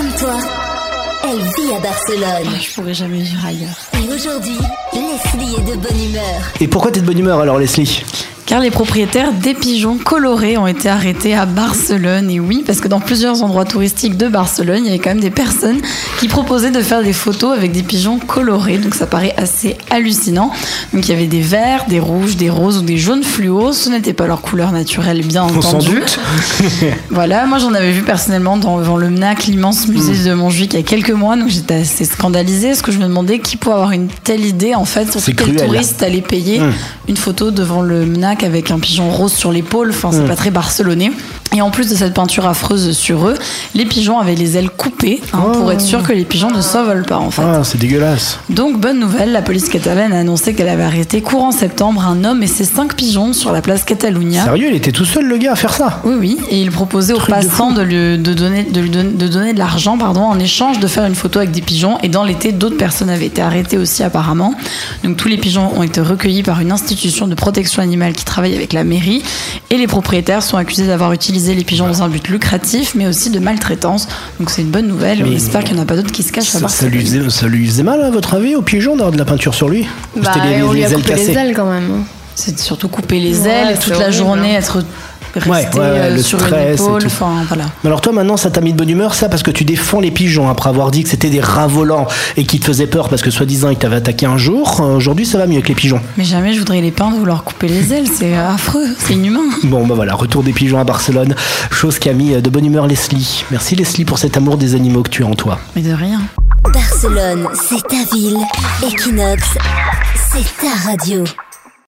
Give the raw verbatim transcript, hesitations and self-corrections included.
comme toi, elle vit à Barcelone. Oh, je pourrais jamais vivre ailleurs. Et aujourd'hui, Leslie est de bonne humeur. Et pourquoi t'es de bonne humeur alors, Leslie ? Car les propriétaires des pigeons colorés ont été arrêtés à Barcelone. Et oui, parce que dans plusieurs endroits touristiques de Barcelone, il y avait quand même des personnes qui proposaient de faire des photos avec des pigeons colorés. Donc ça paraît assez hallucinant. Donc il y avait des verts, des rouges, des roses ou des jaunes fluo. Ce n'était pas leur couleur naturelle, bien entendu. Sans doute. Voilà, moi j'en avais vu personnellement devant le M N A C, l'immense musée mmh. de Montjuic, il y a quelques mois. Donc j'étais assez scandalisée parce que je me demandais qui pouvait avoir une telle idée en fait. Surtout quel touriste allait payer mmh. une photo devant le M N A C avec un pigeon rose sur l'épaule, enfin c'est mmh. pas très barcelonais. Et en plus de cette peinture affreuse sur eux, les pigeons avaient les ailes coupées hein, oh. pour être sûr que les pigeons ne s'envolent pas en fait. Ah, c'est dégueulasse. Donc bonne nouvelle, la police catalane a annoncé qu'elle avait arrêté courant septembre un homme et ses cinq pigeons sur la place Catalunya. Sérieux, il était tout seul le gars à faire ça? Oui oui, et il proposait Truc aux passants de, de, lui, de, donner, de lui donner, de donner de l'argent pardon, en échange de faire une photo avec des pigeons. Et dans l'été, d'autres personnes avaient été arrêtées aussi apparemment. Donc tous les pigeons ont été recueillis par une institution de protection animale qui travaille avec la mairie. Et les propriétaires sont accusés d'avoir utilisé les pigeons dans un but lucratif, mais aussi de maltraitance. Donc c'est une bonne nouvelle. On espère qu'il n'y en a pas d'autres qui se cachent. Ça, ça, lui faisait, ça lui faisait mal, à votre avis, au pigeon d'avoir de la peinture sur lui? Bah, C'était les, on les, lui a les ailes coupé cassées. les ailes quand même. C'est surtout couper les ouais, ailes toute la horrible, journée, hein. être resté ouais, ouais, euh, sur une épaule. Enfin, voilà. Mais alors toi maintenant ça t'a mis de bonne humeur ça parce que tu défends les pigeons après avoir dit que c'était des rats volants et qui te faisaient peur parce que soi-disant ils t'avaient attaqué un jour. Aujourd'hui ça va mieux avec les pigeons. Mais jamais je voudrais les peindre ou leur couper les ailes, c'est affreux, c'est inhumain. Bon bah voilà, retour des pigeons à Barcelone, chose qui a mis de bonne humeur Leslie. Merci Leslie pour cet amour des animaux que tu as en toi. Mais de rien. Barcelone, c'est ta ville. Equinox, c'est ta radio.